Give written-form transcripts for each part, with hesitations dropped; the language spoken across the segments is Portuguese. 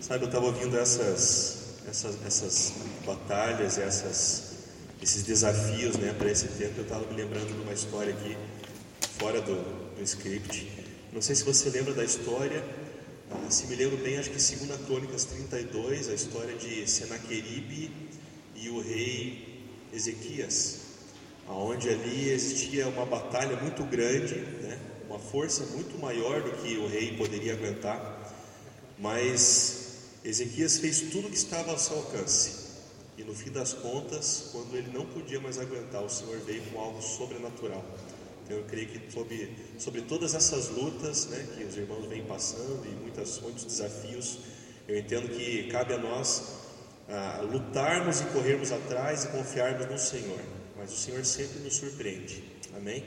Sabe, eu estava ouvindo essas batalhas, esses desafios, né, para esse tempo. Eu estava me lembrando de uma história aqui, fora do script. Não sei se você lembra da história, se me lembro bem, acho que 2 Crônicas 32, a história de Senaqueribe e o rei Ezequias, onde ali existia uma batalha muito grande, né, uma força muito maior do que o rei poderia aguentar, mas Ezequias fez tudo o que estava ao seu alcance, e no fim das contas, quando ele não podia mais aguentar, o Senhor veio com algo sobrenatural. Então eu creio que sobre todas essas lutas, né, que os irmãos vêm passando e muitos desafios, eu entendo que cabe a nós lutarmos e corrermos atrás e confiarmos no Senhor, mas o Senhor sempre nos surpreende. Amém?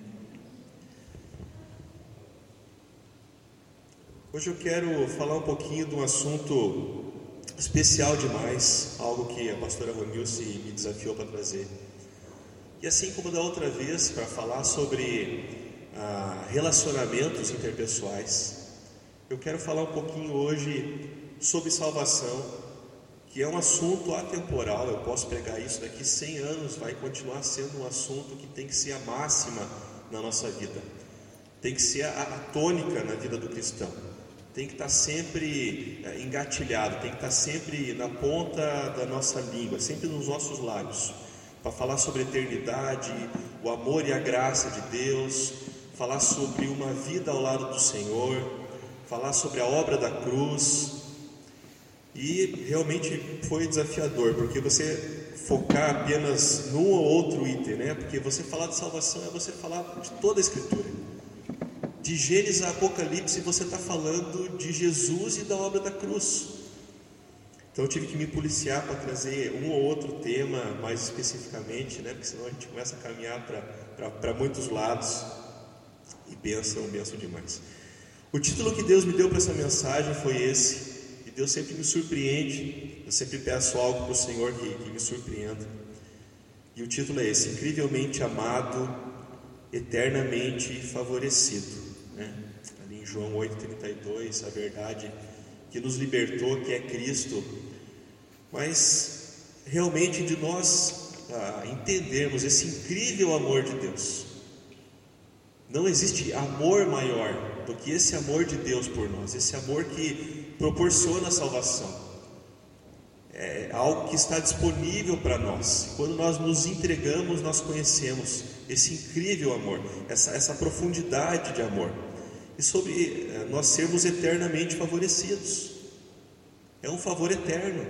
Hoje eu quero falar um pouquinho de um assunto especial demais, algo que a pastora Romilce me desafiou para trazer. E assim como da outra vez, para falar sobre relacionamentos interpessoais, eu quero falar um pouquinho hoje sobre salvação, que é um assunto atemporal. Eu posso pregar isso daqui 100 anos, vai continuar sendo um assunto que tem que ser a máxima na nossa vida, tem que ser a tônica na vida do cristão, tem que estar sempre engatilhado, tem que estar sempre na ponta da nossa língua, sempre nos nossos lábios, para falar sobre a eternidade, o amor e a graça de Deus, falar sobre uma vida ao lado do Senhor, falar sobre a obra da cruz. E realmente foi desafiador, porque você focar apenas num ou outro item, né? Porque você falar de salvação é você falar de toda a Escritura, de Gênesis a Apocalipse. Você está falando de Jesus e da obra da cruz. Então eu tive que me policiar para trazer um ou outro tema mais especificamente, né? Porque senão a gente começa a caminhar para muitos lados, e bênção demais. O título que Deus me deu para essa mensagem foi esse, e Deus sempre me surpreende. Eu sempre peço algo para o Senhor que me surpreenda, e o título é esse: incrivelmente amado, eternamente favorecido, né? Ali em João 8,32, a verdade que nos libertou, que é Cristo. Mas realmente de nós entendermos esse incrível amor de Deus, não existe amor maior do que esse amor de Deus por nós, esse amor que proporciona a salvação. É algo que está disponível para nós. Quando nós nos entregamos, nós conhecemos esse incrível amor, essa profundidade de amor, e sobre nós sermos eternamente favorecidos. É um favor eterno,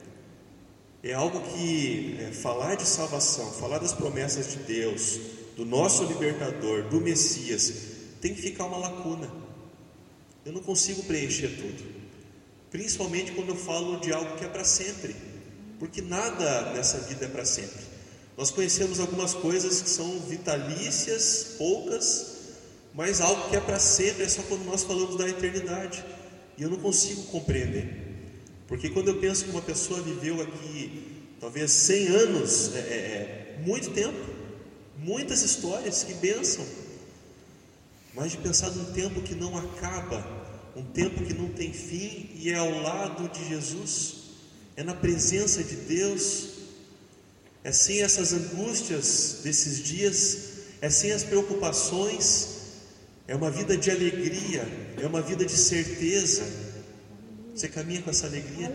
é algo que falar de salvação, falar das promessas de Deus, do nosso libertador, do Messias, tem que ficar uma lacuna. Eu não consigo preencher tudo, principalmente quando eu falo de algo que é para sempre, porque nada nessa vida é para sempre. Nós conhecemos algumas coisas que são vitalícias, poucas, mas algo que é para sempre é só quando nós falamos da eternidade, e eu não consigo compreender, porque quando eu penso que uma pessoa viveu aqui talvez 100 anos, muito tempo, muitas histórias, que bênção, mas de pensar num tempo que não acaba, um tempo que não tem fim, e é ao lado de Jesus, é na presença de Deus, é sem essas angústias desses dias, é sem as preocupações, é uma vida de alegria, é uma vida de certeza. Você caminha com essa alegria?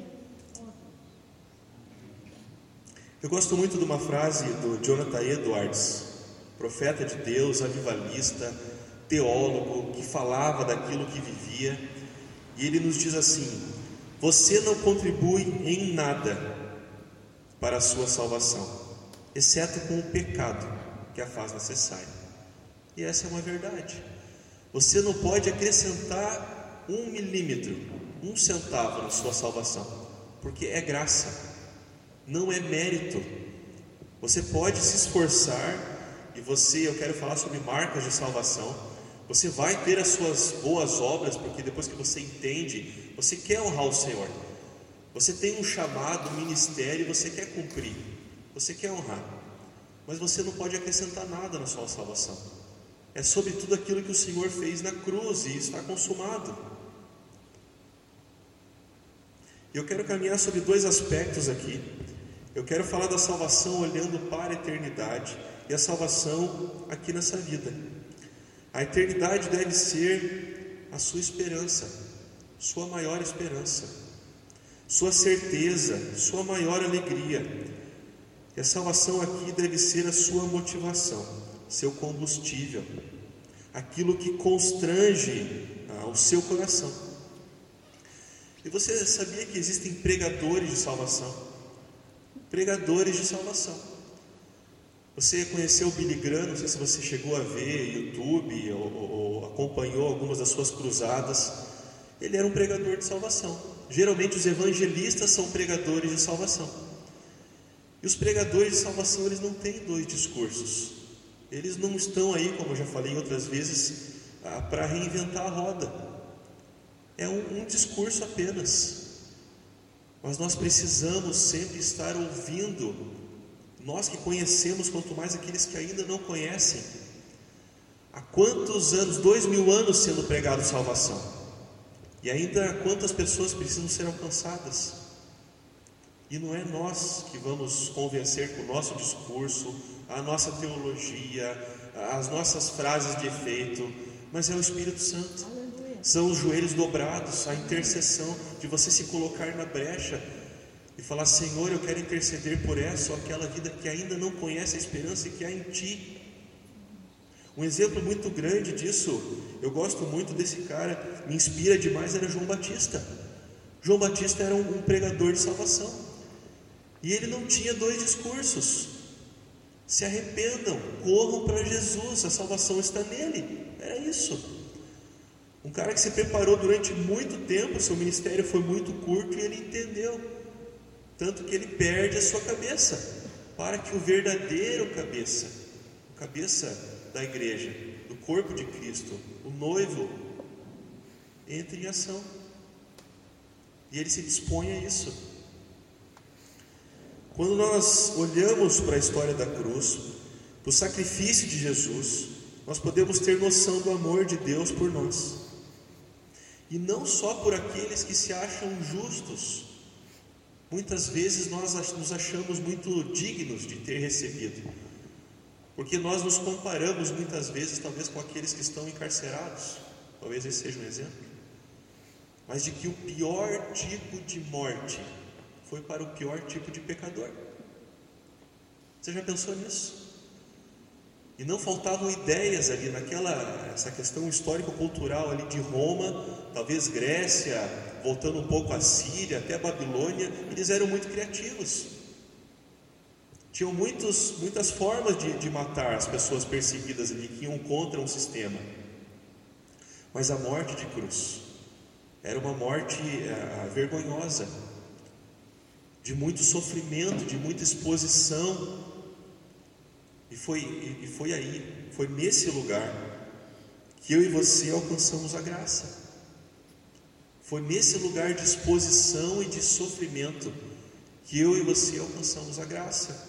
Eu gosto muito de uma frase do Jonathan Edwards, profeta de Deus, avivalista, teólogo, que falava daquilo que vivia, e ele nos diz assim: você não contribui em nada para a sua salvação, exceto com o pecado que a faz necessária. E essa é uma verdade. Você não pode acrescentar 1 milímetro, 1 centavo na sua salvação, porque é graça, não é mérito. Você pode se esforçar, e eu quero falar sobre marcas de salvação. Você vai ter as suas boas obras, porque depois que você entende, você quer honrar o Senhor. Você tem um chamado, um ministério, você quer cumprir, você quer honrar, mas você não pode acrescentar nada na sua salvação. É sobre tudo aquilo que o Senhor fez na cruz, e está consumado. Eu quero caminhar sobre dois aspectos aqui. Eu quero falar da salvação olhando para a eternidade e a salvação aqui nessa vida. A eternidade deve ser a sua esperança, sua maior esperança, sua certeza, sua maior alegria. E a salvação aqui deve ser a sua motivação, seu combustível, aquilo que constrange o seu coração. E você sabia que existem pregadores de salvação? Pregadores de salvação. Você conheceu o Billy Graham? Não sei se você chegou a ver YouTube ou acompanhou algumas das suas cruzadas. Ele era um pregador de salvação. Geralmente os evangelistas são pregadores de salvação. E os pregadores de salvação, eles não têm dois discursos. Eles não estão aí, como eu já falei outras vezes, para reinventar a roda. É um discurso apenas. Mas nós precisamos sempre estar ouvindo. Nós que conhecemos, quanto mais aqueles que ainda não conhecem. Há quantos anos, 2000 anos sendo pregado salvação. E ainda quantas pessoas precisam ser alcançadas. E não é nós que vamos convencer com o nosso discurso, a nossa teologia, as nossas frases de efeito, mas é o Espírito Santo. São os joelhos dobrados, a intercessão de você se colocar na brecha e falar: Senhor, eu quero interceder por essa ou aquela vida que ainda não conhece a esperança que há em Ti. Um exemplo muito grande disso, eu gosto muito desse cara, me inspira demais, era João Batista. João Batista era um pregador de salvação, e ele não tinha dois discursos. Se arrependam, corram para Jesus, a salvação está nele. Era isso. Um cara que se preparou durante muito tempo, seu ministério foi muito curto e ele entendeu, tanto que ele perde a sua cabeça, para que o verdadeiro cabeça, o cabeça da igreja, do corpo de Cristo, o noivo, entre em ação, e ele se dispõe a isso. Quando nós olhamos para a história da cruz, para o sacrifício de Jesus, nós podemos ter noção do amor de Deus por nós. E não só por aqueles que se acham justos. Muitas vezes nós nos achamos muito dignos de ter recebido, porque nós nos comparamos muitas vezes talvez com aqueles que estão encarcerados. Talvez esse seja um exemplo. Mas de que o pior tipo de morte foi para o pior tipo de pecador. Você já pensou nisso? E não faltavam ideias ali essa questão histórico-cultural ali de Roma, talvez Grécia, voltando um pouco à Síria, até a Babilônia. Eles eram muito criativos. Tinham muitas formas de matar as pessoas perseguidas ali, que iam contra um sistema. Mas a morte de cruz era uma morte vergonhosa, de muito sofrimento, de muita exposição. E foi nesse lugar que eu e você alcançamos a graça. Foi nesse lugar de exposição e de sofrimento que eu e você alcançamos a graça.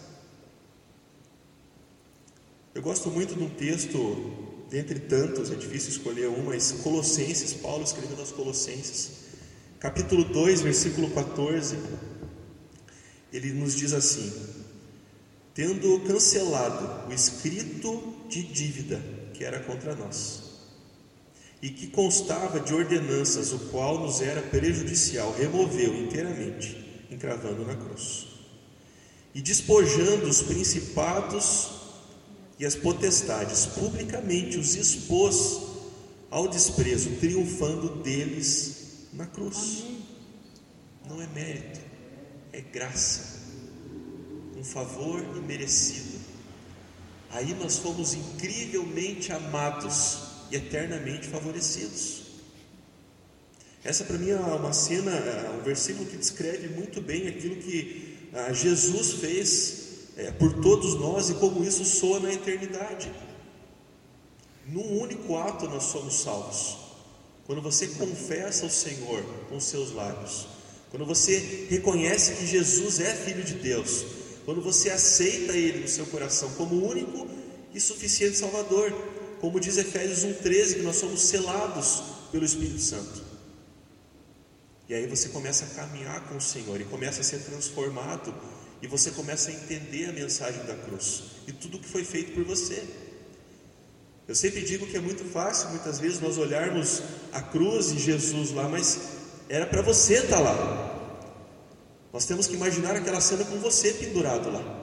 Eu gosto muito de um texto, dentre tantos, é difícil escolher um, mas Colossenses, Paulo escrevendo aos Colossenses, capítulo 2, versículo 14, ele nos diz assim: tendo cancelado o escrito de dívida que era contra nós, e que constava de ordenanças, o qual nos era prejudicial, removeu inteiramente, encravando na cruz, e despojando os principados e as potestades, publicamente os expôs ao desprezo, triunfando deles na cruz. Não é mérito, é graça, um favor imerecido. Aí nós fomos incrivelmente amados e eternamente favorecidos. Essa para mim é uma cena, um versículo que descreve muito bem aquilo que Jesus fez por todos nós e como isso soa na eternidade. Num único ato nós somos salvos. Quando você confessa o Senhor com os seus lábios, quando você reconhece que Jesus é Filho de Deus, quando você aceita Ele no seu coração como o único e suficiente Salvador, como diz Efésios 1,13, que nós somos selados pelo Espírito Santo. E aí você começa a caminhar com o Senhor e começa a ser transformado, e você começa a entender a mensagem da cruz e tudo que foi feito por você. Eu sempre digo que é muito fácil, muitas vezes, nós olharmos a cruz e Jesus lá, mas era para você estar lá. Nós temos que imaginar aquela cena com você pendurado lá.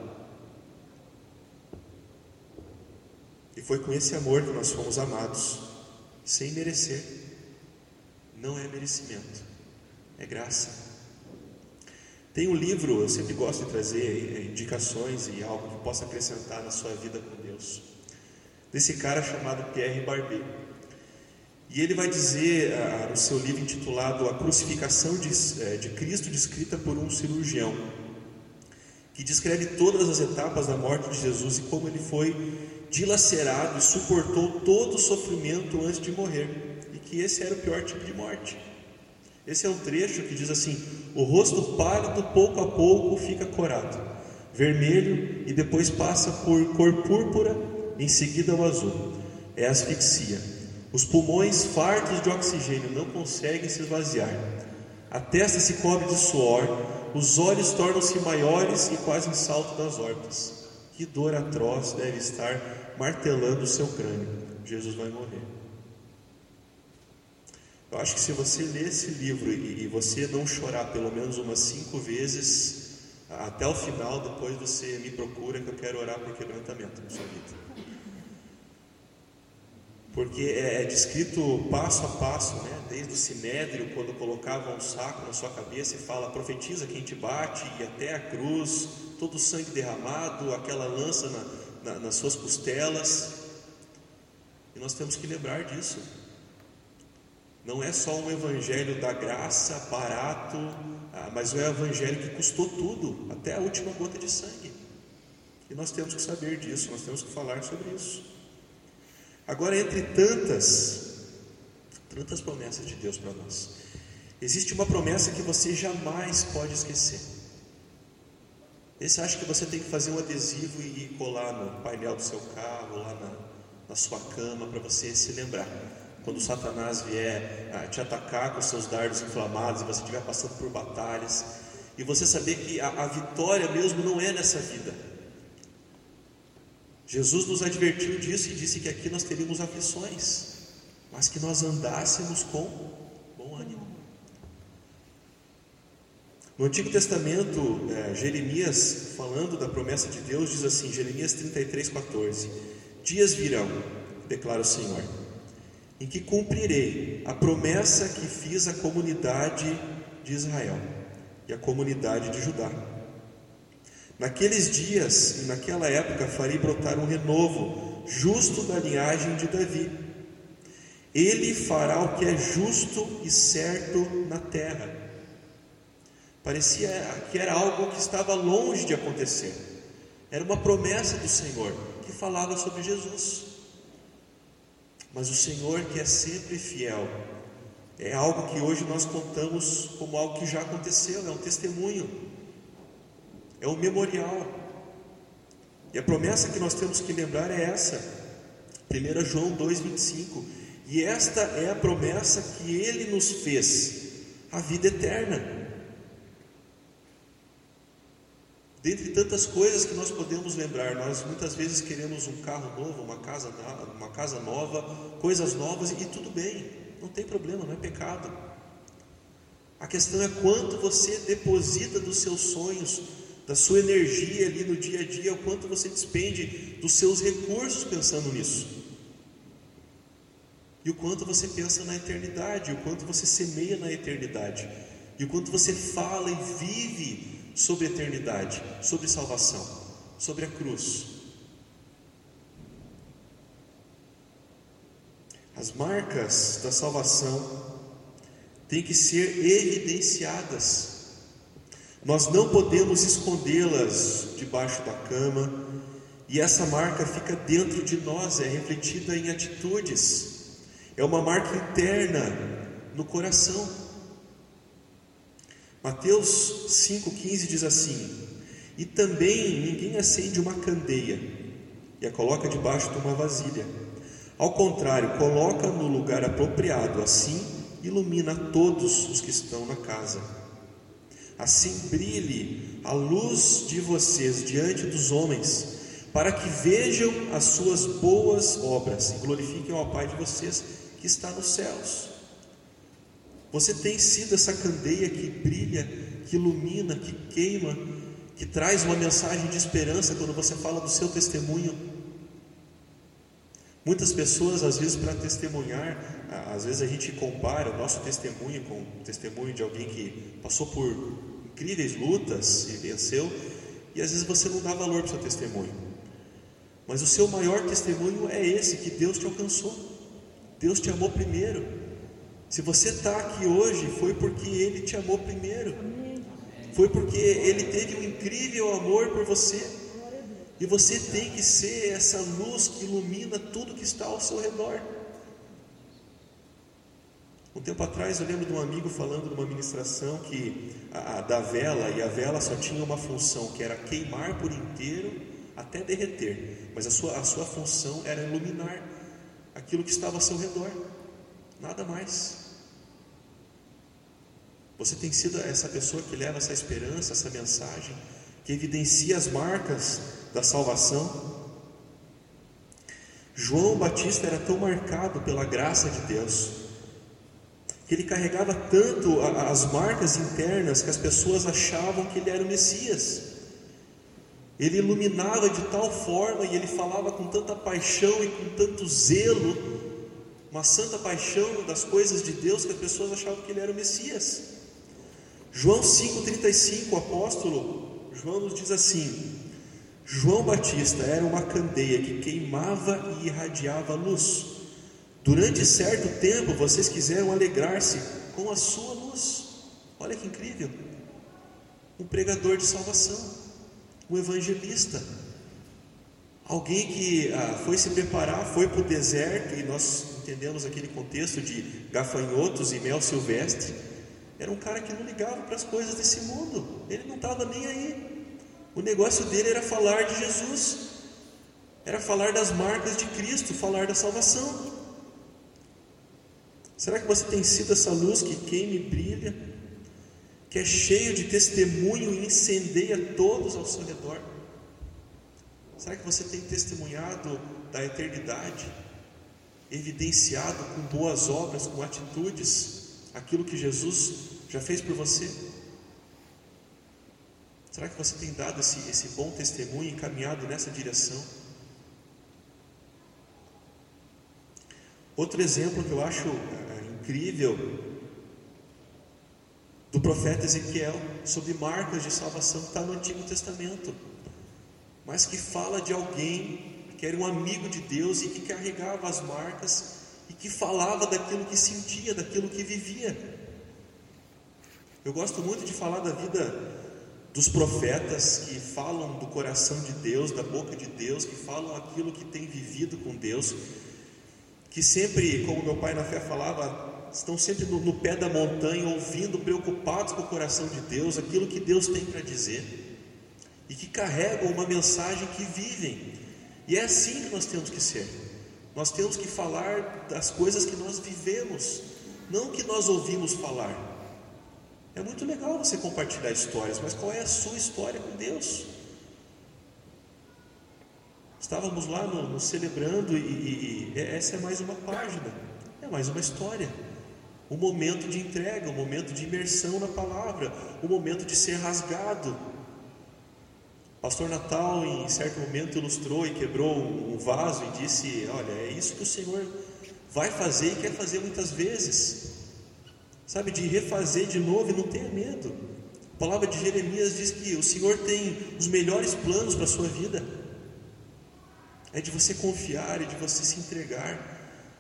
E foi com esse amor que nós fomos amados, sem merecer. Não é merecimento, é graça. Tem um livro, eu sempre gosto de trazer indicações e algo que possa acrescentar na sua vida com Deus, desse cara chamado Pierre Barbet. E ele vai dizer no seu livro intitulado A Crucificação de Cristo, descrita por um cirurgião, que descreve todas as etapas da morte de Jesus e como ele foi dilacerado e suportou todo o sofrimento antes de morrer, e que esse era o pior tipo de morte. Esse é um trecho que diz assim: o rosto pálido pouco a pouco fica corado, vermelho, e depois passa por cor púrpura, em seguida o azul. É asfixia. Os pulmões fartos de oxigênio não conseguem se esvaziar. A testa se cobre de suor, os olhos tornam-se maiores e quase saltam das órbitas. Que dor atroz deve estar martelando o seu crânio. Jesus vai morrer. Eu acho que se você ler esse livro e você não chorar pelo menos umas 5 vezes, até o final, depois você me procura, que eu quero orar por quebrantamento na sua vida. Porque é descrito passo a passo, né? Desde o sinédrio, quando colocavam um saco na sua cabeça e fala: profetiza quem te bate, e até a cruz, todo o sangue derramado, aquela lança nas suas costelas. E nós temos que lembrar disso. Não é só um evangelho da graça, barato, mas é um evangelho que custou tudo, até a última gota de sangue. E nós temos que saber disso, nós temos que falar sobre isso. Agora, entre tantas promessas de Deus para nós, existe uma promessa que você jamais pode esquecer. Você acha que você tem que fazer um adesivo e colar no painel do seu carro, lá na sua cama, para você se lembrar. Quando Satanás vier te atacar com seus dardos inflamados, e você estiver passando por batalhas, e você saber que a vitória mesmo não é nessa vida. Jesus nos advertiu disso e disse que aqui nós teríamos aflições, mas que nós andássemos com bom ânimo. No Antigo Testamento, Jeremias, falando da promessa de Deus, diz assim, Jeremias 33,14: dias virão, declara o Senhor, em que cumprirei a promessa que fiz à comunidade de Israel e à comunidade de Judá. Naqueles dias e naquela época farei brotar um renovo justo da linhagem de Davi. Ele fará o que é justo e certo na terra. Parecia que era algo que estava longe de acontecer. Era uma promessa do Senhor que falava sobre Jesus. Mas o Senhor, que é sempre fiel, é algo que hoje nós contamos como algo que já aconteceu, é um testemunho, é um memorial. E a promessa que nós temos que lembrar é essa, 1 João 2,25: e esta é a promessa que Ele nos fez, a vida eterna. Dentre tantas coisas que nós podemos lembrar, nós muitas vezes queremos um carro novo, uma casa nova, coisas novas, e tudo bem, não tem problema, não é pecado. A questão é quanto você deposita dos seus sonhos, da sua energia ali no dia a dia, o quanto você despende dos seus recursos pensando nisso, e o quanto você pensa na eternidade, o quanto você semeia na eternidade, e o quanto você fala e vive sobre a eternidade, sobre salvação, sobre a cruz. As marcas da salvação têm que ser evidenciadas. Nós não podemos escondê-las debaixo da cama, e essa marca fica dentro de nós, é refletida em atitudes, é uma marca interna no coração. Mateus 5,15 diz assim: e também ninguém acende uma candeia e a coloca debaixo de uma vasilha. Ao contrário, coloca no lugar apropriado, assim ilumina a todos os que estão na casa. Assim brilhe a luz de vocês diante dos homens, para que vejam as suas boas obras e glorifiquem ao Pai de vocês que está nos céus. Você tem sido essa candeia que brilha, que ilumina, que queima, que traz uma mensagem de esperança quando você fala do seu testemunho. Muitas pessoas, às vezes, para testemunhar, às vezes a gente compara o nosso testemunho com o testemunho de alguém que passou por incríveis lutas e venceu, e às vezes você não dá valor para o seu testemunho. Mas o seu maior testemunho é esse, que Deus te alcançou. Deus te amou primeiro. Se você está aqui hoje, foi porque Ele te amou primeiro. Foi porque Ele teve um incrível amor por você. E você tem que ser essa luz que ilumina tudo que está ao seu redor. Um tempo atrás eu lembro de um amigo falando numa ministração que da vela, e a vela só tinha uma função, que era queimar por inteiro até derreter, mas a sua função era iluminar aquilo que estava ao seu redor, nada mais. Você tem sido essa pessoa que leva essa esperança, essa mensagem, que evidencia as marcas da salvação. João Batista era tão marcado pela graça de Deus, que ele carregava tanto as marcas internas, que as pessoas achavam que ele era o Messias. Ele iluminava de tal forma, e ele falava com tanta paixão e com tanto zelo, uma santa paixão das coisas de Deus, que as pessoas achavam que ele era o Messias. João 5,35, o apóstolo João nos diz assim: João Batista era uma candeia que queimava e irradiava luz. Durante certo tempo vocês quiseram alegrar-se com a sua luz. Olha que incrível! Um pregador de salvação, um evangelista, alguém que foi se preparar, foi para o deserto, e nós entendemos aquele contexto de gafanhotos e mel silvestre. Era um cara que não ligava para as coisas desse mundo, ele não estava nem aí. O negócio dele era falar de Jesus, era falar das marcas de Cristo, falar da salvação. Será que você tem sido essa luz que queima e brilha, que é cheio de testemunho e incendeia todos ao seu redor? Será que você tem testemunhado da eternidade, evidenciado com boas obras, com atitudes, aquilo que Jesus já fez por você? Será que você tem dado esse bom testemunho e caminhado nessa direção? Outro exemplo que eu acho incrível, do profeta Ezequiel, sobre marcas de salvação, que está no Antigo Testamento, mas que fala de alguém que era um amigo de Deus e que carregava as marcas e que falava daquilo que sentia, daquilo que vivia. Eu gosto muito de falar da vida dos profetas que falam do coração de Deus, da boca de Deus, que falam aquilo que tem vivido com Deus, que sempre, como meu pai na fé falava, estão sempre no pé da montanha, ouvindo, preocupados com o coração de Deus, aquilo que Deus tem para dizer, e que carregam uma mensagem que vivem. E é assim que nós temos que ser. Nós temos que falar das coisas que nós vivemos, não que nós ouvimos falar. É muito legal você compartilhar histórias, mas qual é a sua história com Deus? Estávamos lá no celebrando, e essa é mais uma página, é mais uma história. Um momento de entrega, um momento de imersão na palavra, um momento de ser rasgado. Pastor Natal, em certo momento, ilustrou e quebrou um vaso e disse: olha, é isso que o Senhor vai fazer e quer fazer muitas vezes, sabe, de refazer de novo, e não tenha medo. A palavra de Jeremias diz que o Senhor tem os melhores planos para a sua vida. É de você confiar e de você se entregar.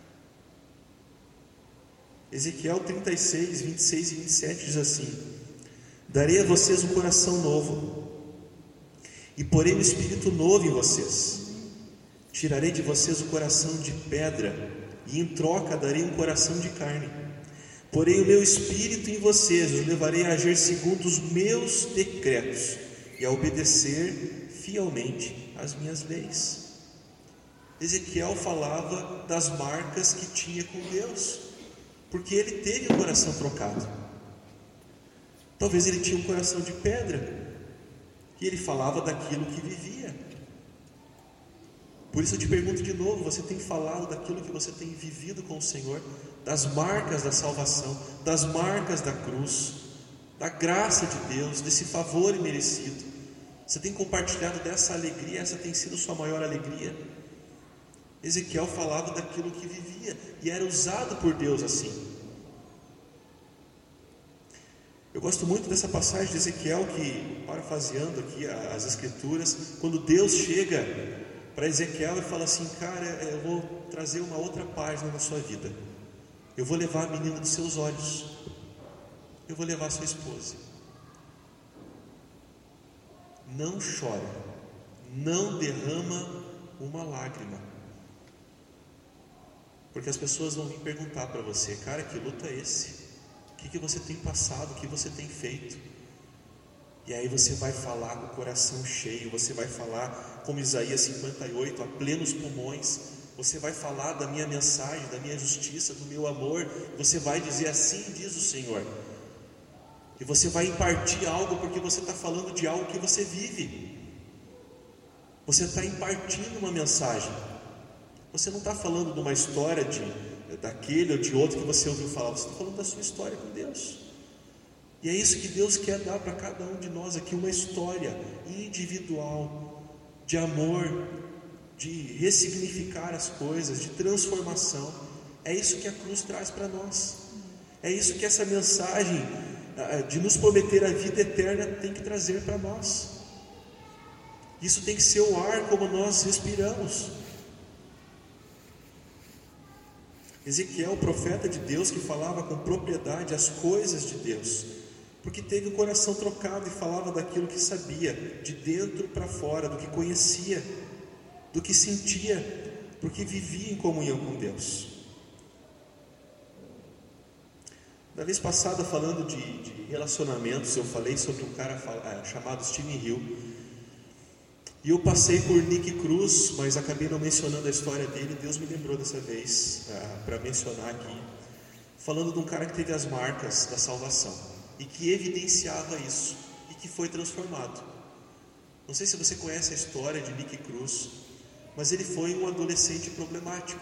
Ezequiel 36, 26 e 27 diz assim: darei a vocês um coração novo, e porei um espírito novo em vocês. Tirarei de vocês o coração de pedra, e em troca darei um coração de carne. Porei o meu espírito em vocês, os levarei a agir segundo os meus decretos, e a obedecer fielmente às minhas leis. Ezequiel falava das marcas que tinha com Deus. porque ele teve o coração trocado. Talvez ele tinha um coração de pedra, e ele falava daquilo que vivia. Por isso eu te pergunto de novo, você tem falado daquilo que você tem vivido com o Senhor, das marcas da salvação, das marcas da cruz, da graça de Deus, desse favor imerecido? Você tem compartilhado dessa alegria? Essa tem sido sua maior alegria? Ezequiel falava daquilo que vivia e era usado por Deus assim. Eu gosto muito dessa passagem de Ezequiel, que, parafraseando aqui as Escrituras, quando Deus chega para Ezequiel e fala assim: cara, eu vou trazer uma outra página na sua vida. Eu vou levar a menina dos seus olhos. Eu vou levar a sua esposa. Não chora, não derrama uma lágrima, porque as pessoas vão vir perguntar para você: cara, que luto é esse? O que você tem passado? O que você tem feito? E aí você vai falar com o coração cheio, você vai falar como Isaías 58, a plenos pulmões. Você vai falar da minha mensagem, da minha justiça, do meu amor. Você vai dizer: assim diz o Senhor. E você vai impartir algo, porque você está falando de algo que você vive. Você está impartindo uma mensagem. Você não está falando de uma história daquele ou de outro que você ouviu falar. Você está falando da sua história com Deus. E é isso que Deus quer dar para cada um de nós aqui, uma história individual, de amor, de ressignificar as coisas, de transformação. É isso que a cruz traz para nós. É isso que essa mensagem de nos prometer a vida eterna tem que trazer para nós. Isso tem que ser o ar como nós respiramos. Ezequiel, o profeta de Deus, que falava com propriedade as coisas de Deus, porque teve o coração trocado e falava daquilo que sabia, de dentro para fora, do que conhecia, do que sentia, porque vivia em comunhão com Deus. Na vez passada, falando de relacionamentos, eu falei sobre um cara chamado Stephen Hill, e eu passei por Nick Cruz, mas acabei não mencionando a história dele. Deus me lembrou dessa vez para mencionar aqui, falando de um cara que teve as marcas da salvação e que evidenciava isso e que foi transformado. Não sei se você conhece a história de Nick Cruz, mas ele foi um adolescente problemático.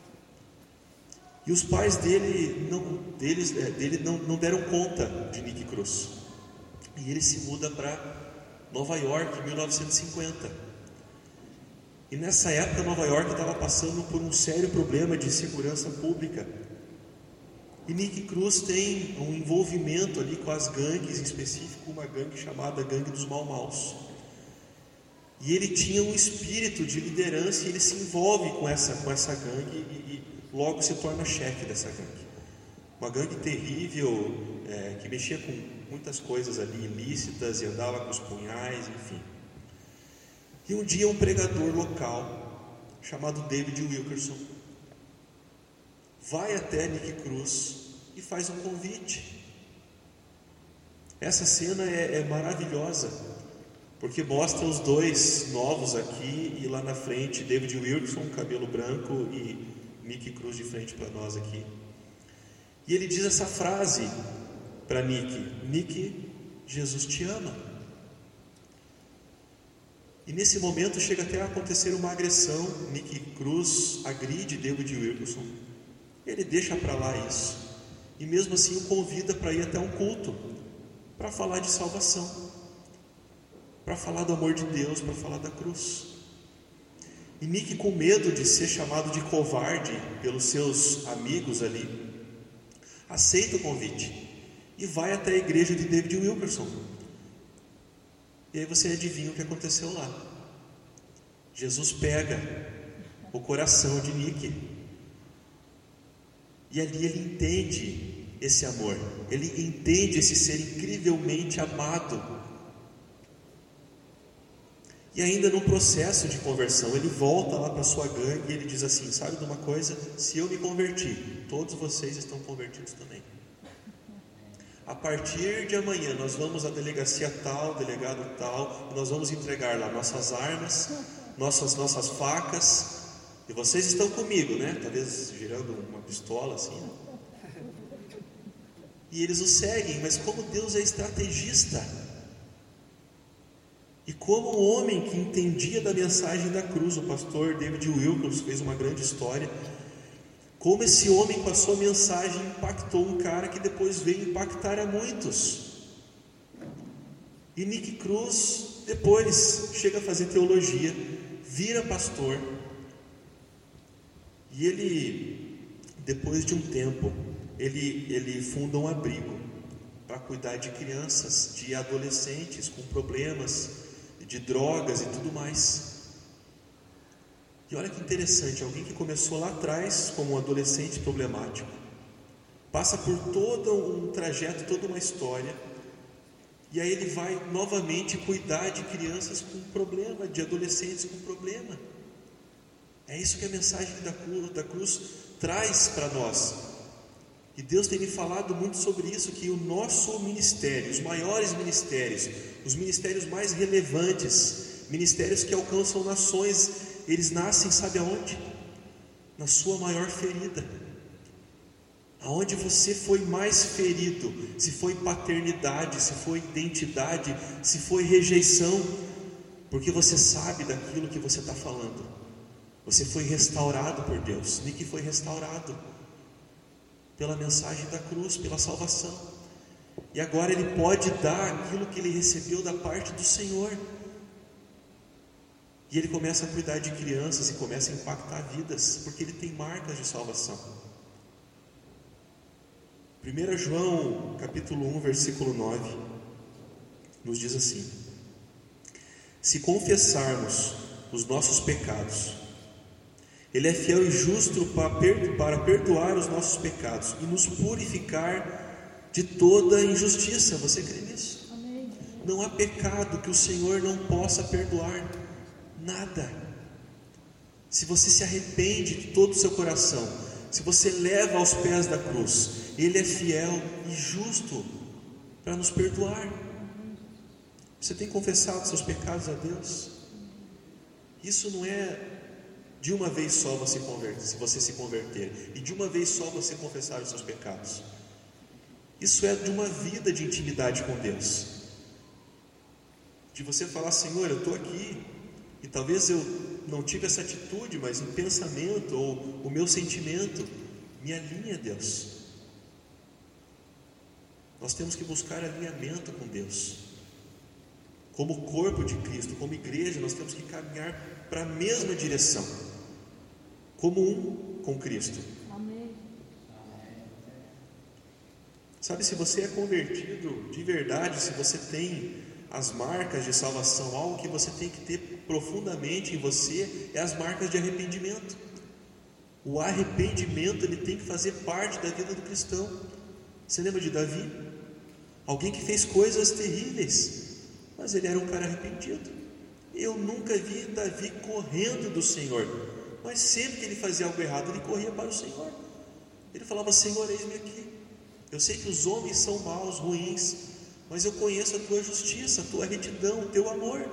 E os pais dele não deram conta de Nick Cruz. E ele se muda para Nova York em 1950. E nessa época Nova York estava passando por um sério problema de segurança pública. E Nick Cruz tem um envolvimento ali com as gangues, em específico uma gangue chamada Gangue dos Mau-Maus. E ele tinha um espírito de liderança e ele se envolve com essa gangue e logo se torna chefe dessa gangue. Uma gangue terrível, que mexia com muitas coisas ali ilícitas e andava com os punhais, enfim. E um dia um pregador local, chamado David Wilkerson, vai até Nick Cruz e faz um convite. Essa cena é maravilhosa, porque mostra os dois novos aqui e lá na frente David Wilkerson, cabelo branco, e Nick Cruz de frente para nós aqui. E ele diz essa frase para Nick, Jesus te ama. E nesse momento chega até a acontecer uma agressão. Nick Cruz agride David Wilkerson. Ele deixa para lá isso, e mesmo assim o convida para ir até um culto, para falar de salvação, para falar do amor de Deus, para falar da cruz. E Nick, com medo de ser chamado de covarde pelos seus amigos ali, aceita o convite e vai até a igreja de David Wilkerson. E aí você adivinha o que aconteceu lá. Jesus pega o coração de Nick, e ali ele entende esse amor, ele entende esse ser incrivelmente amado. E ainda no processo de conversão, ele volta lá para sua gangue e ele diz assim: sabe de uma coisa? Se eu me converti, todos vocês estão convertidos também. A partir de amanhã nós vamos à delegacia tal, delegado tal, e nós vamos entregar lá nossas armas, nossas facas, e vocês estão comigo, né? Talvez girando uma pistola assim, né? e eles o seguem, mas como Deus é estrategista, e como um homem que entendia da mensagem da cruz, o pastor David Wilkerson fez uma grande história, como esse homem com a sua mensagem impactou um cara que depois veio impactar a muitos. E Nick Cruz depois chega a fazer teologia, vira pastor, e ele, depois de um tempo, ele funda um abrigo para cuidar de crianças, de adolescentes com problemas de drogas e tudo mais. E olha que interessante, alguém que começou lá atrás como um adolescente problemático, passa por todo um trajeto, toda uma história, e aí ele vai novamente cuidar de crianças com problema, de adolescentes com problema. É isso que a mensagem da cruz traz para nós. E Deus tem me falado muito sobre isso, que o nosso ministério, os maiores ministérios, os ministérios mais relevantes, ministérios que alcançam nações, eles nascem, sabe aonde? Na sua maior ferida. Aonde você foi mais ferido, se foi paternidade, se foi identidade, se foi rejeição, porque você sabe daquilo que você está falando. Você foi restaurado por Deus. Nick foi restaurado pela mensagem da cruz, pela salvação, e agora ele pode dar aquilo que ele recebeu da parte do Senhor, e ele começa a cuidar de crianças e começa a impactar vidas, porque ele tem marcas de salvação. 1 João capítulo 1 versículo 9 nos diz assim: se confessarmos os nossos pecados, Ele é fiel e justo para perdoar os nossos pecados e nos purificar de toda injustiça. Você crê nisso? Amém. Não há pecado que o Senhor não possa perdoar. Nada. Se você se arrepende de todo o seu coração, se você leva aos pés da cruz, Ele é fiel e justo para nos perdoar. Você tem confessado seus pecados a Deus? Isso não é de uma vez só você se converter, e de uma vez só você confessar os seus pecados. Isso é de uma vida de intimidade com Deus, de você falar: Senhor, eu estou aqui, e talvez eu não tive essa atitude, mas em pensamento, ou o meu sentimento me alinha a Deus. Nós temos que buscar alinhamento com Deus. Como corpo de Cristo, como igreja, nós temos que caminhar para a mesma direção, como um com Cristo. Amém. Sabe, se você é convertido de verdade, se você tem as marcas de salvação, algo que você tem que ter profundamente em você é as marcas de arrependimento. O arrependimento, ele tem que fazer parte da vida do cristão. Você lembra de Davi? Alguém que fez coisas terríveis, mas ele era um cara arrependido. Eu nunca vi Davi correndo do Senhor, mas sempre que ele fazia algo errado, ele corria para o Senhor. Ele falava: Senhor, eis-me aqui. Eu sei que os homens são maus, ruins, mas eu conheço a tua justiça, a tua retidão, o teu amor.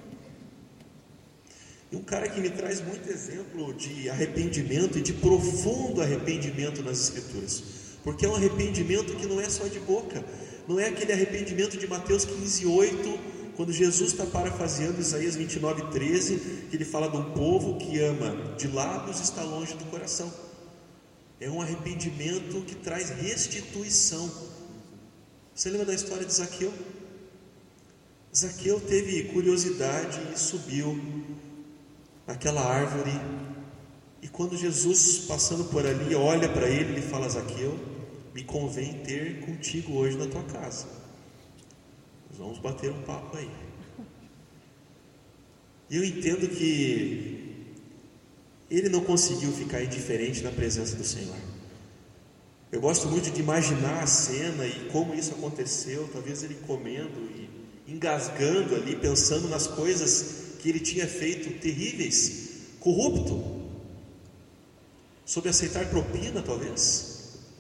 E um cara que me traz muito exemplo de arrependimento e de profundo arrependimento nas Escrituras, porque é um arrependimento que não é só de boca, não é aquele arrependimento de Mateus 15:8, quando Jesus está parafraseando Isaías 29:13, que ele fala de um povo que ama de lábios, está longe do coração. É um arrependimento que traz restituição. Você lembra da história de Zaqueu? Zaqueu teve curiosidade e subiu naquela árvore, e quando Jesus, passando por ali, olha para ele, ele fala: Zaqueu, me convém ter contigo hoje na tua casa. Nós vamos bater um papo aí. E eu entendo que ele não conseguiu ficar indiferente na presença do Senhor. Eu gosto muito de imaginar a cena e como isso aconteceu. Talvez ele comendo e engasgando ali, pensando nas coisas que ele tinha feito terríveis, corrupto, sobre aceitar propina, talvez.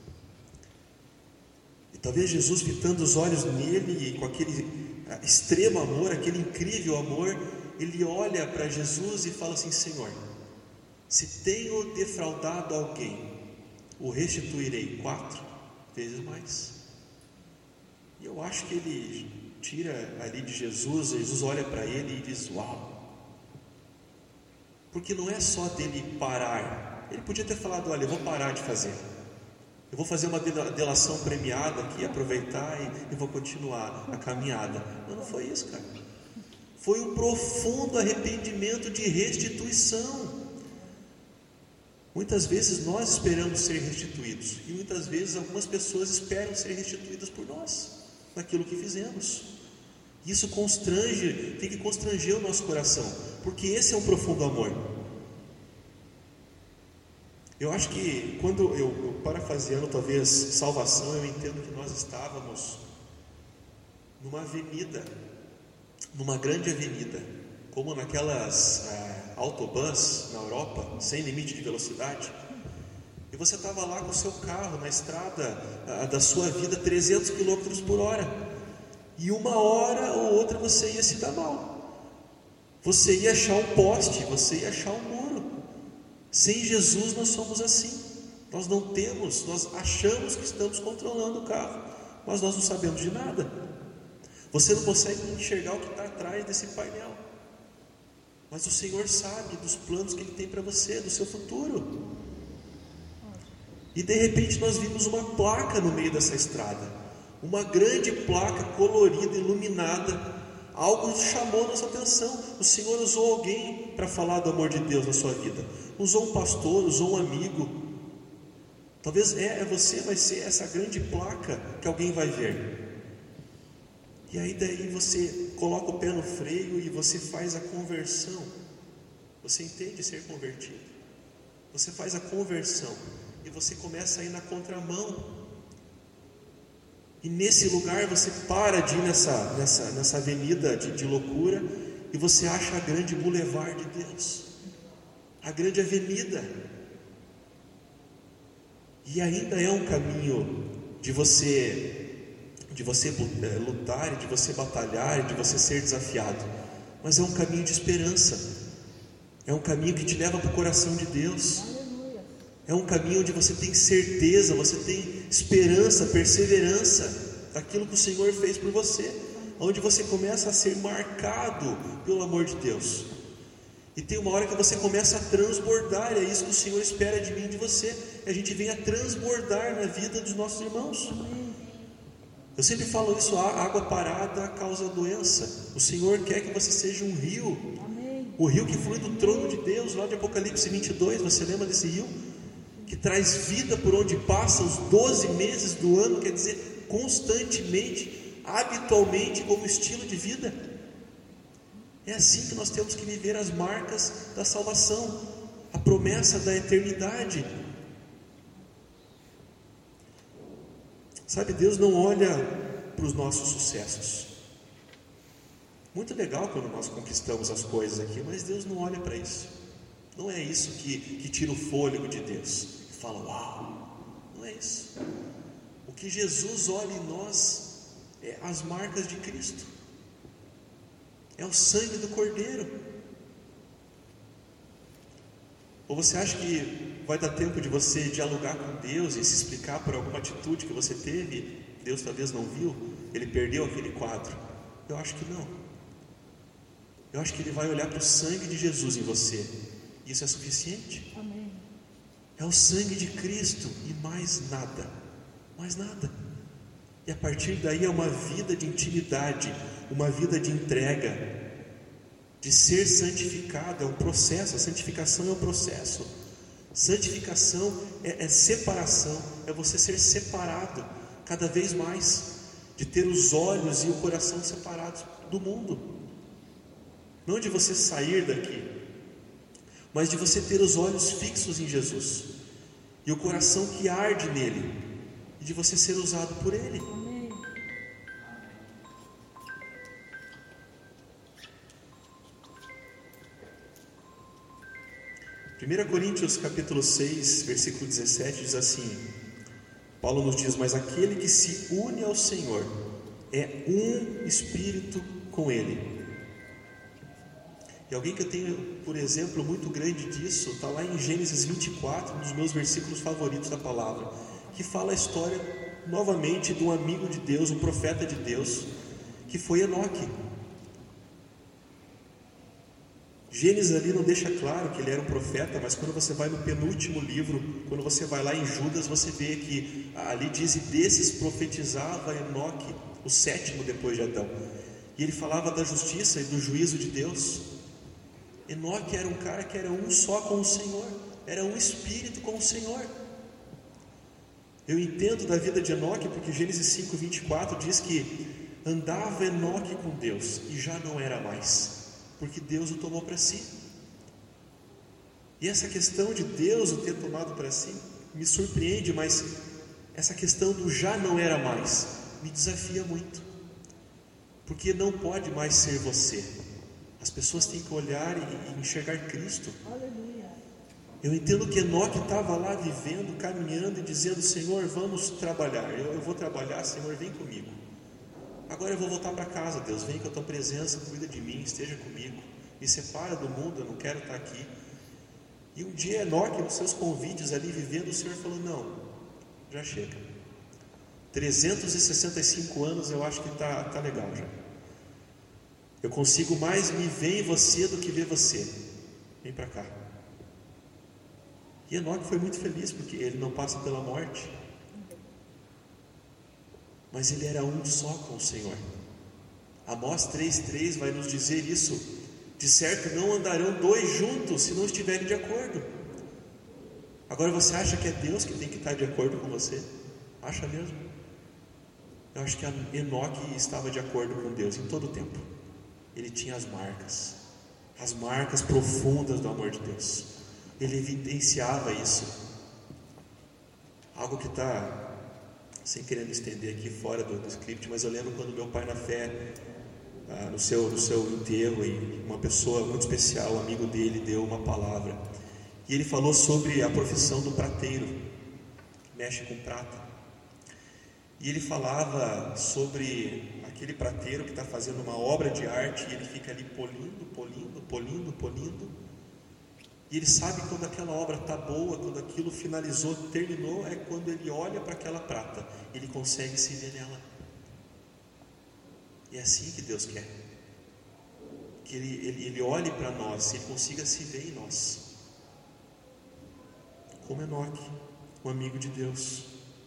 E talvez Jesus, fitando os olhos nele e com aquele extremo amor, aquele incrível amor, ele olha para Jesus e fala assim: Senhor, se tenho defraudado alguém, o restituirei 4 vezes mais. E eu acho que ele tira ali de Jesus, Jesus olha para ele e diz: uau! Porque não é só dele parar. Ele podia ter falado: olha, eu vou parar de fazer, eu vou fazer uma delação premiada aqui, aproveitar e vou continuar a caminhada. Mas não foi isso, cara. Foi um profundo arrependimento de restituição. Muitas vezes nós esperamos ser restituídos, e muitas vezes algumas pessoas esperam ser restituídas por nós, naquilo que fizemos. Isso constrange, tem que constranger o nosso coração, porque esse é um profundo amor. Eu acho que quando eu parafraseando talvez salvação, eu entendo que nós estávamos numa avenida, numa grande avenida, como naquelas autobus na Europa, sem limite de velocidade, e você estava lá com o seu carro na estrada da sua vida, 300 km por hora, e uma hora ou outra você ia se dar mal, você ia achar um poste, você ia achar um muro. Sem Jesus nós somos assim, nós achamos que estamos controlando o carro, mas nós não sabemos de nada. Você não consegue enxergar o que está atrás desse painel, mas o Senhor sabe dos planos que Ele tem para você, do seu futuro. E de repente nós vimos uma placa no meio dessa estrada, uma grande placa colorida, iluminada. Algo chamou a nossa atenção. O Senhor usou alguém para falar do amor de Deus na sua vida. Usou um pastor, usou um amigo. Talvez você vai ser essa grande placa que alguém vai ver. E aí daí você coloca o pé no freio e você faz a conversão. Você entende ser convertido. Você faz a conversão e você começa a ir na contramão. E nesse lugar você para de ir nessa avenida de loucura, e você acha a grande boulevard de Deus, a grande avenida. E ainda é um caminho de você lutar, de você batalhar, de você ser desafiado, mas é um caminho de esperança, é um caminho que te leva para o coração de Deus, é um caminho onde você tem certeza, você tem esperança, perseverança daquilo que o Senhor fez por você, onde você começa a ser marcado pelo amor de Deus. E tem uma hora que você começa a transbordar, é isso que o Senhor espera de mim e de você, que a gente venha transbordar na vida dos nossos irmãos. Eu sempre falo isso: a água parada causa doença. O Senhor quer que você seja um rio, o rio que flui do trono de Deus, lá de Apocalipse 22, você lembra desse rio? Que traz vida por onde passa os 12 meses do ano, quer dizer, constantemente, habitualmente, como estilo de vida. É assim que nós temos que viver as marcas da salvação, a promessa da eternidade. Sabe, Deus não olha para os nossos sucessos. Muito legal quando nós conquistamos as coisas aqui, mas Deus não olha para isso. Não é isso que tira o fôlego de Deus. Fala, uau, não é isso. O que Jesus olha em nós é as marcas de Cristo, é o sangue do Cordeiro. Ou você acha que vai dar tempo de você dialogar com Deus e se explicar por alguma atitude que você teve? Deus talvez não viu, Ele perdeu aquele quadro. Eu acho que não. Eu acho que Ele vai olhar para o sangue de Jesus em você. Isso é suficiente? Amém. É o sangue de Cristo e mais nada, mais nada. E a partir daí é uma vida de intimidade, uma vida de entrega, de ser santificado. É um processo, a santificação é um processo. Santificação é separação, é você ser separado cada vez mais, de ter os olhos e o coração separados do mundo. Não de você sair daqui, mas de você ter os olhos fixos em Jesus e o coração que arde nele, e de você ser usado por Ele. Amém. 1 Coríntios capítulo 6, versículo 17 diz assim: Paulo nos diz: mas aquele que se une ao Senhor é um espírito com Ele. E alguém que eu tenho por exemplo muito grande disso está lá em Gênesis 24, um dos meus versículos favoritos da palavra, que fala a história novamente de um amigo de Deus, um profeta de Deus, que foi Enoque. Gênesis ali não deixa claro que ele era um profeta, mas quando você vai no penúltimo livro, quando você vai lá em Judas, você vê que ali diz: e desses profetizava Enoque, o sétimo depois de Adão. E ele falava da justiça e do juízo de Deus. Enoque era um cara que era um só com o Senhor, era um espírito com o Senhor. Eu entendo da vida de Enoque porque Gênesis 5:24 diz que andava Enoque com Deus e já não era mais, porque Deus o tomou para si. E essa questão de Deus o ter tomado para si me surpreende, mas essa questão do já não era mais me desafia muito, porque não pode mais ser você. As pessoas têm que olhar e enxergar Cristo. Eu entendo que Enoque estava lá vivendo, caminhando e dizendo: Senhor, vamos trabalhar, eu vou trabalhar, Senhor, vem comigo. Agora eu vou voltar para casa, Deus, vem com a tua presença, cuida de mim, esteja comigo, me separa do mundo, eu não quero estar aqui. E um dia Enoque, nos seus convívios ali vivendo, o Senhor falou: não, já chega, 365 anos eu acho que tá legal já. Eu consigo mais me ver em você do que ver você, vem para cá. E Enoque foi muito feliz, porque ele não passa pela morte, mas ele era um só com o Senhor. Amós 3:3 vai nos dizer isso: de certo não andarão dois juntos se não estiverem de acordo. Agora você acha que é Deus que tem que estar de acordo com você? Acha mesmo? Eu acho que Enoque estava de acordo com Deus em todo o tempo. Ele tinha as marcas profundas do amor de Deus. Ele evidenciava isso. Algo que está, sem querer me estender aqui fora do script, mas eu lembro quando meu pai na fé, no seu enterro, e uma pessoa muito especial, um amigo dele, deu uma palavra. E ele falou sobre a profissão do prateiro, que mexe com prata. E ele falava sobre aquele prateiro que está fazendo uma obra de arte, e ele fica ali polindo. E ele sabe quando aquela obra está boa, quando aquilo finalizou, terminou, é quando ele olha para aquela prata, ele consegue se ver nela. E é assim que Deus quer, que ele olhe para nós, ele consiga se ver em nós, como Enoque, um amigo de Deus.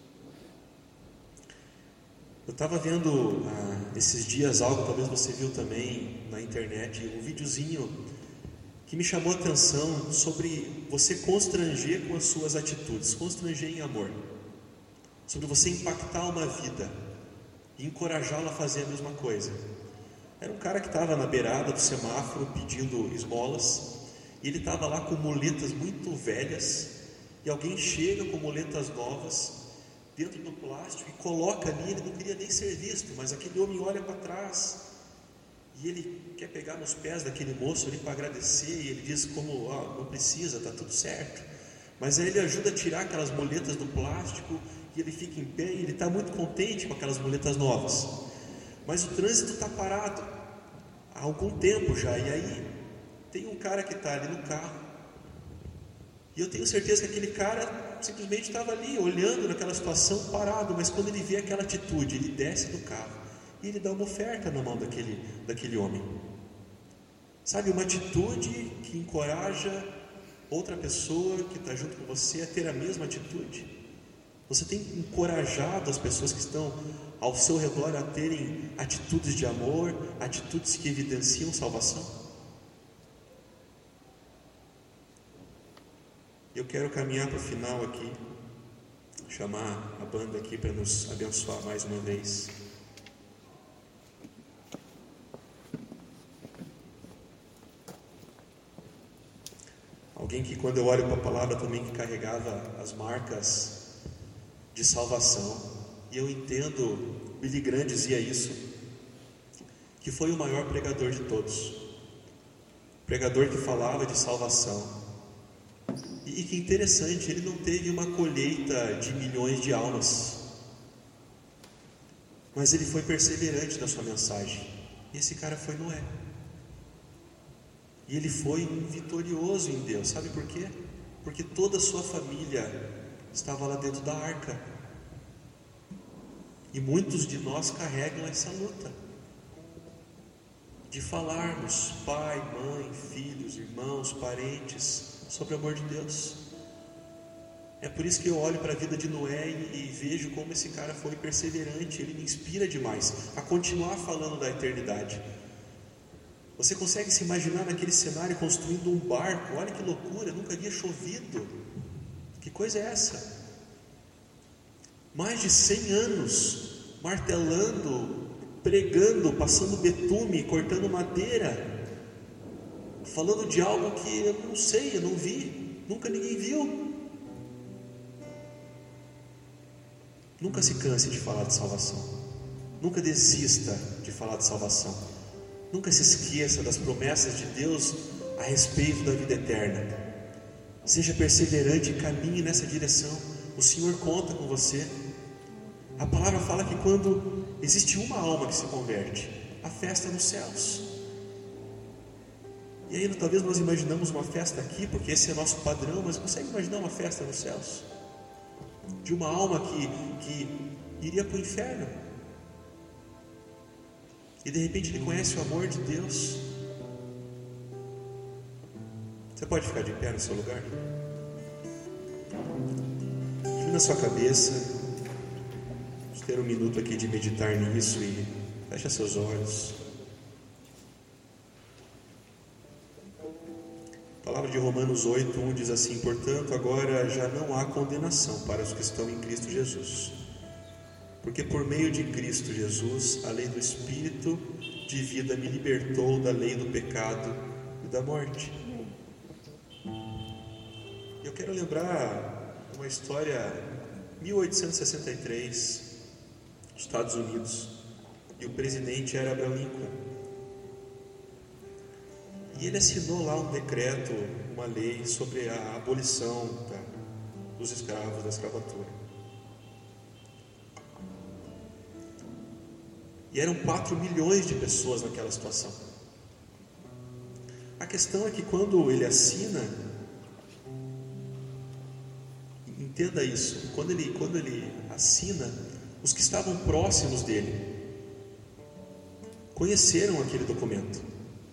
Eu estava vendo esses dias algo, talvez você viu também na internet, um videozinho que me chamou a atenção sobre você constranger com as suas atitudes, constranger em amor, sobre você impactar uma vida e encorajá-la a fazer a mesma coisa. Era um cara que estava na beirada do semáforo pedindo esmolas, e ele estava lá com muletas muito velhas, e alguém chega com muletas novas dentro do plástico e coloca ali. Ele não queria nem ser visto, mas aquele homem olha para trás e ele quer pegar nos pés daquele moço ali para agradecer, e ele diz como: não precisa, está tudo certo. Mas aí ele ajuda a tirar aquelas muletas do plástico, e ele fica em pé, e ele está muito contente com aquelas muletas novas. Mas o trânsito está parado há algum tempo já, e aí tem um cara que está ali no carro, e eu tenho certeza que aquele cara simplesmente estava ali olhando naquela situação parado, mas quando ele vê aquela atitude, ele desce do carro e ele dá uma oferta na mão daquele homem. Sabe, uma atitude que encoraja outra pessoa que está junto com você a ter a mesma atitude. Você tem encorajado as pessoas que estão ao seu redor a terem atitudes de amor, atitudes que evidenciam salvação? Eu quero caminhar para o final aqui, chamar a banda aqui para nos abençoar mais uma vez. Alguém que, quando eu olho para a palavra, também que carregava as marcas de salvação. E eu entendo, Billy Graham dizia isso, que foi o maior pregador de todos, pregador que falava de salvação. E que interessante, ele não teve uma colheita de milhões de almas, mas ele foi perseverante na sua mensagem. E esse cara foi Noé, e ele foi vitorioso em Deus. Sabe por quê? Porque toda a sua família estava lá dentro da arca. E muitos de nós carregam essa luta de falarmos, pai, mãe, filhos, irmãos, parentes, sobre o amor de Deus. É por isso que eu olho para a vida de Noé e vejo como esse cara foi perseverante. Ele me inspira demais a continuar falando da eternidade. Você consegue se imaginar naquele cenário construindo um barco? Olha que loucura, nunca havia chovido. Que coisa é essa? Mais de 100 anos martelando, pregando, passando betume, cortando madeira, falando de algo que eu não sei, eu não vi, nunca ninguém viu. Nunca se canse de falar de salvação. Nunca desista de falar de salvação. Nunca se esqueça das promessas de Deus a respeito da vida eterna. Seja perseverante e caminhe nessa direção. O Senhor conta com você. A palavra fala que quando existe uma alma que se converte, a festa nos céus. E aí talvez nós imaginamos uma festa aqui, porque esse é nosso padrão, mas consegue imaginar uma festa nos céus? De uma alma que iria para o inferno, e de repente ele conhece o amor de Deus. Você pode ficar de pé no seu lugar? Inclina sua cabeça. Vamos ter um minuto aqui de meditar nisso e fecha seus olhos. A palavra de Romanos 8:1 diz assim: portanto, agora já não há condenação para os que estão em Cristo Jesus, porque por meio de Cristo Jesus, a lei do Espírito de vida me libertou da lei do pecado e da morte. Eu quero lembrar uma história, 1863, Estados Unidos, e o presidente era Abraham Lincoln. E ele assinou lá um decreto, uma lei sobre a abolição dos escravos, da escravatura. E eram 4 milhões de pessoas naquela situação. A questão é que quando ele assina, entenda isso, quando ele assina, os que estavam próximos dele conheceram aquele documento.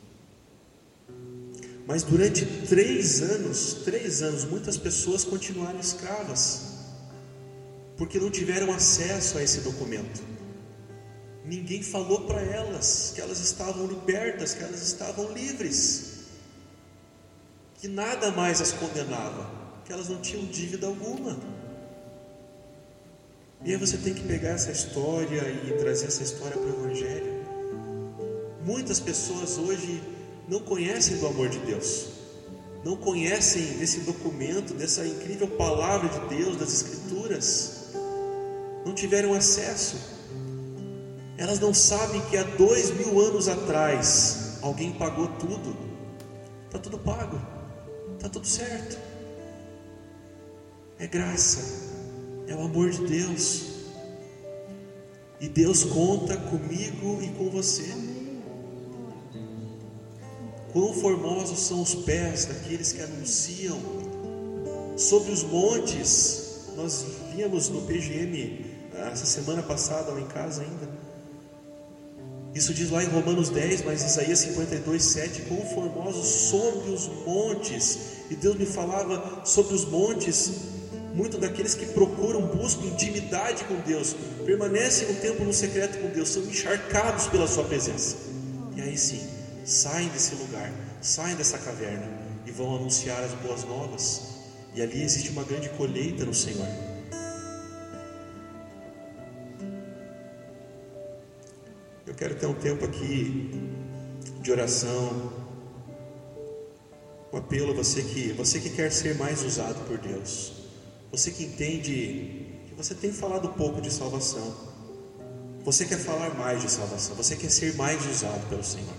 Mas durante 3 anos, muitas pessoas continuaram escravas, porque não tiveram acesso a esse documento. Ninguém falou para elas que elas estavam libertas, que elas estavam livres, que nada mais as condenava, que elas não tinham dívida alguma. E aí você tem que pegar essa história e trazer essa história para o Evangelho. Muitas pessoas hoje não conhecem do amor de Deus, não conhecem desse documento, dessa incrível palavra de Deus, das Escrituras, não tiveram acesso. Elas não sabem que há 2000 anos atrás alguém pagou tudo. Está tudo pago, está tudo certo. É graça, é o amor de Deus, e Deus conta comigo e com você. Quão formosos são os pés daqueles que anunciam sobre os montes. Nós víamos no PGM essa semana passada, lá em casa ainda. Isso diz lá em Romanos 10, mas Isaías 52:7, quão formosos sobre os montes. E Deus me falava sobre os montes, muito daqueles que procuram, buscam intimidade com Deus, permanecem um tempo no secreto com Deus, são encharcados pela sua presença. E aí sim, saem desse lugar, saem dessa caverna e vão anunciar as boas novas. E ali existe uma grande colheita no Senhor. Eu quero ter um tempo aqui de oração, um apelo a você que quer ser mais usado por Deus, você que entende que você tem falado pouco de salvação, você quer falar mais de salvação, você quer ser mais usado pelo Senhor.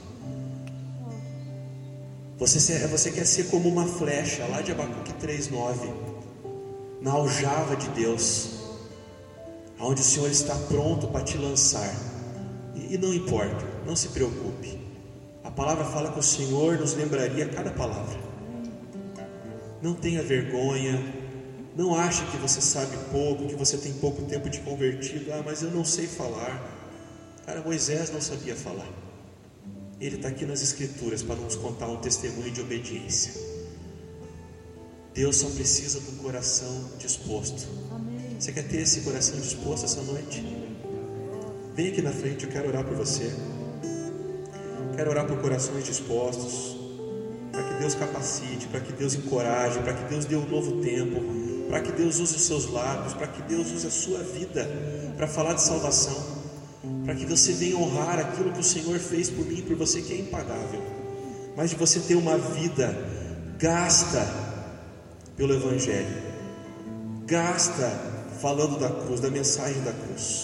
Você quer ser como uma flecha lá de Abacuque 3:9, na aljava de Deus, onde o Senhor está pronto para te lançar. E não importa, não se preocupe. A palavra fala que o Senhor nos lembraria cada palavra. Não tenha vergonha, Não ache que você sabe pouco, que você tem pouco tempo de convertido. Mas eu não sei falar. Cara, Moisés não sabia falar. Ele está aqui nas Escrituras para nos contar um testemunho de obediência. Deus só precisa de um coração disposto. Você quer ter esse coração disposto essa noite? Vem aqui na frente, eu quero orar por você. Quero orar por corações dispostos, para que Deus capacite, para que Deus encoraje, para que Deus dê um novo tempo, para que Deus use os seus lábios, para que Deus use a sua vida para falar de salvação, para que você venha honrar aquilo que o Senhor fez por mim e por você, que é impagável. Mas de você ter uma vida gasta pelo Evangelho, gasta falando da cruz, da mensagem da cruz.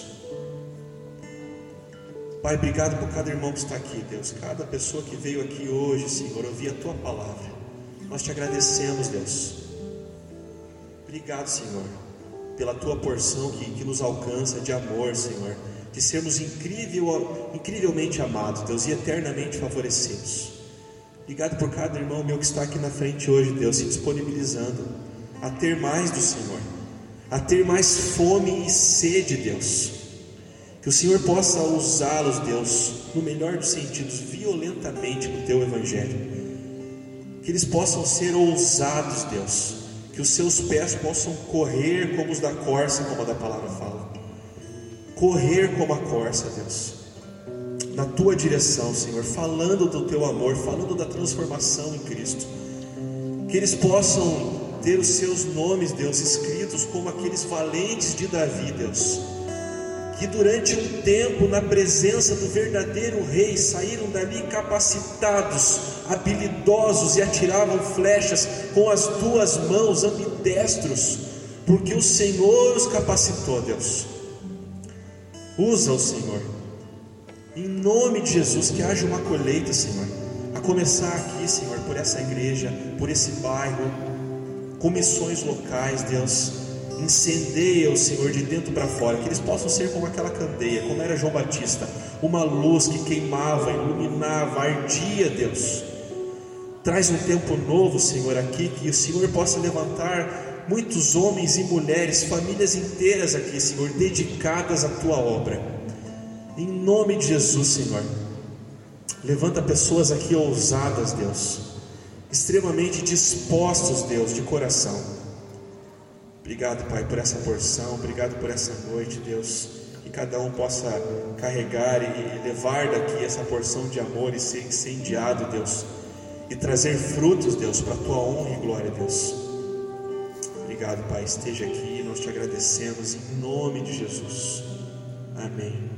Pai, obrigado por cada irmão que está aqui, Deus, cada pessoa que veio aqui hoje, Senhor, ouvir a Tua palavra. Nós Te agradecemos, Deus. Obrigado, Senhor, pela Tua porção que nos alcança de amor, Senhor, de sermos incrivelmente amados, Deus, e eternamente favorecidos. Obrigado por cada irmão meu que está aqui na frente hoje, Deus, se disponibilizando a ter mais do Senhor, a ter mais fome e sede, Deus. Que o Senhor possa usá-los, Deus, no melhor dos sentidos, violentamente no Teu Evangelho. Que eles possam ser ousados, Deus. Que os seus pés possam correr como os da corça, como a da palavra fala. Correr como a corça, Deus, na Tua direção, Senhor, falando do Teu amor, falando da transformação em Cristo. Que eles possam ter os seus nomes, Deus, escritos como aqueles valentes de Davi, Deus, que durante um tempo, na presença do verdadeiro rei, saíram dali capacitados, habilidosos, e atiravam flechas com as 2 mãos, ambidestros, porque o Senhor os capacitou, Deus. Usa-o, Senhor, em nome de Jesus, que haja uma colheita, Senhor, a começar aqui, Senhor, por essa igreja, por esse bairro, com missões locais, Deus. Incendeia o Senhor de dentro para fora, que eles possam ser como aquela candeia, como era João Batista, uma luz que queimava, iluminava, ardia, Deus. Traz um tempo novo, Senhor, aqui, que o Senhor possa levantar muitos homens e mulheres, famílias inteiras aqui, Senhor, dedicadas à Tua obra, em nome de Jesus, Senhor. Levanta pessoas aqui ousadas, Deus, extremamente dispostos, Deus, de coração. Obrigado, Pai, por essa porção, obrigado por essa noite, Deus, que cada um possa carregar e levar daqui essa porção de amor e ser incendiado, Deus, e trazer frutos, Deus, para a Tua honra e glória, Deus. Obrigado, Pai, esteja aqui, nós Te agradecemos em nome de Jesus. Amém.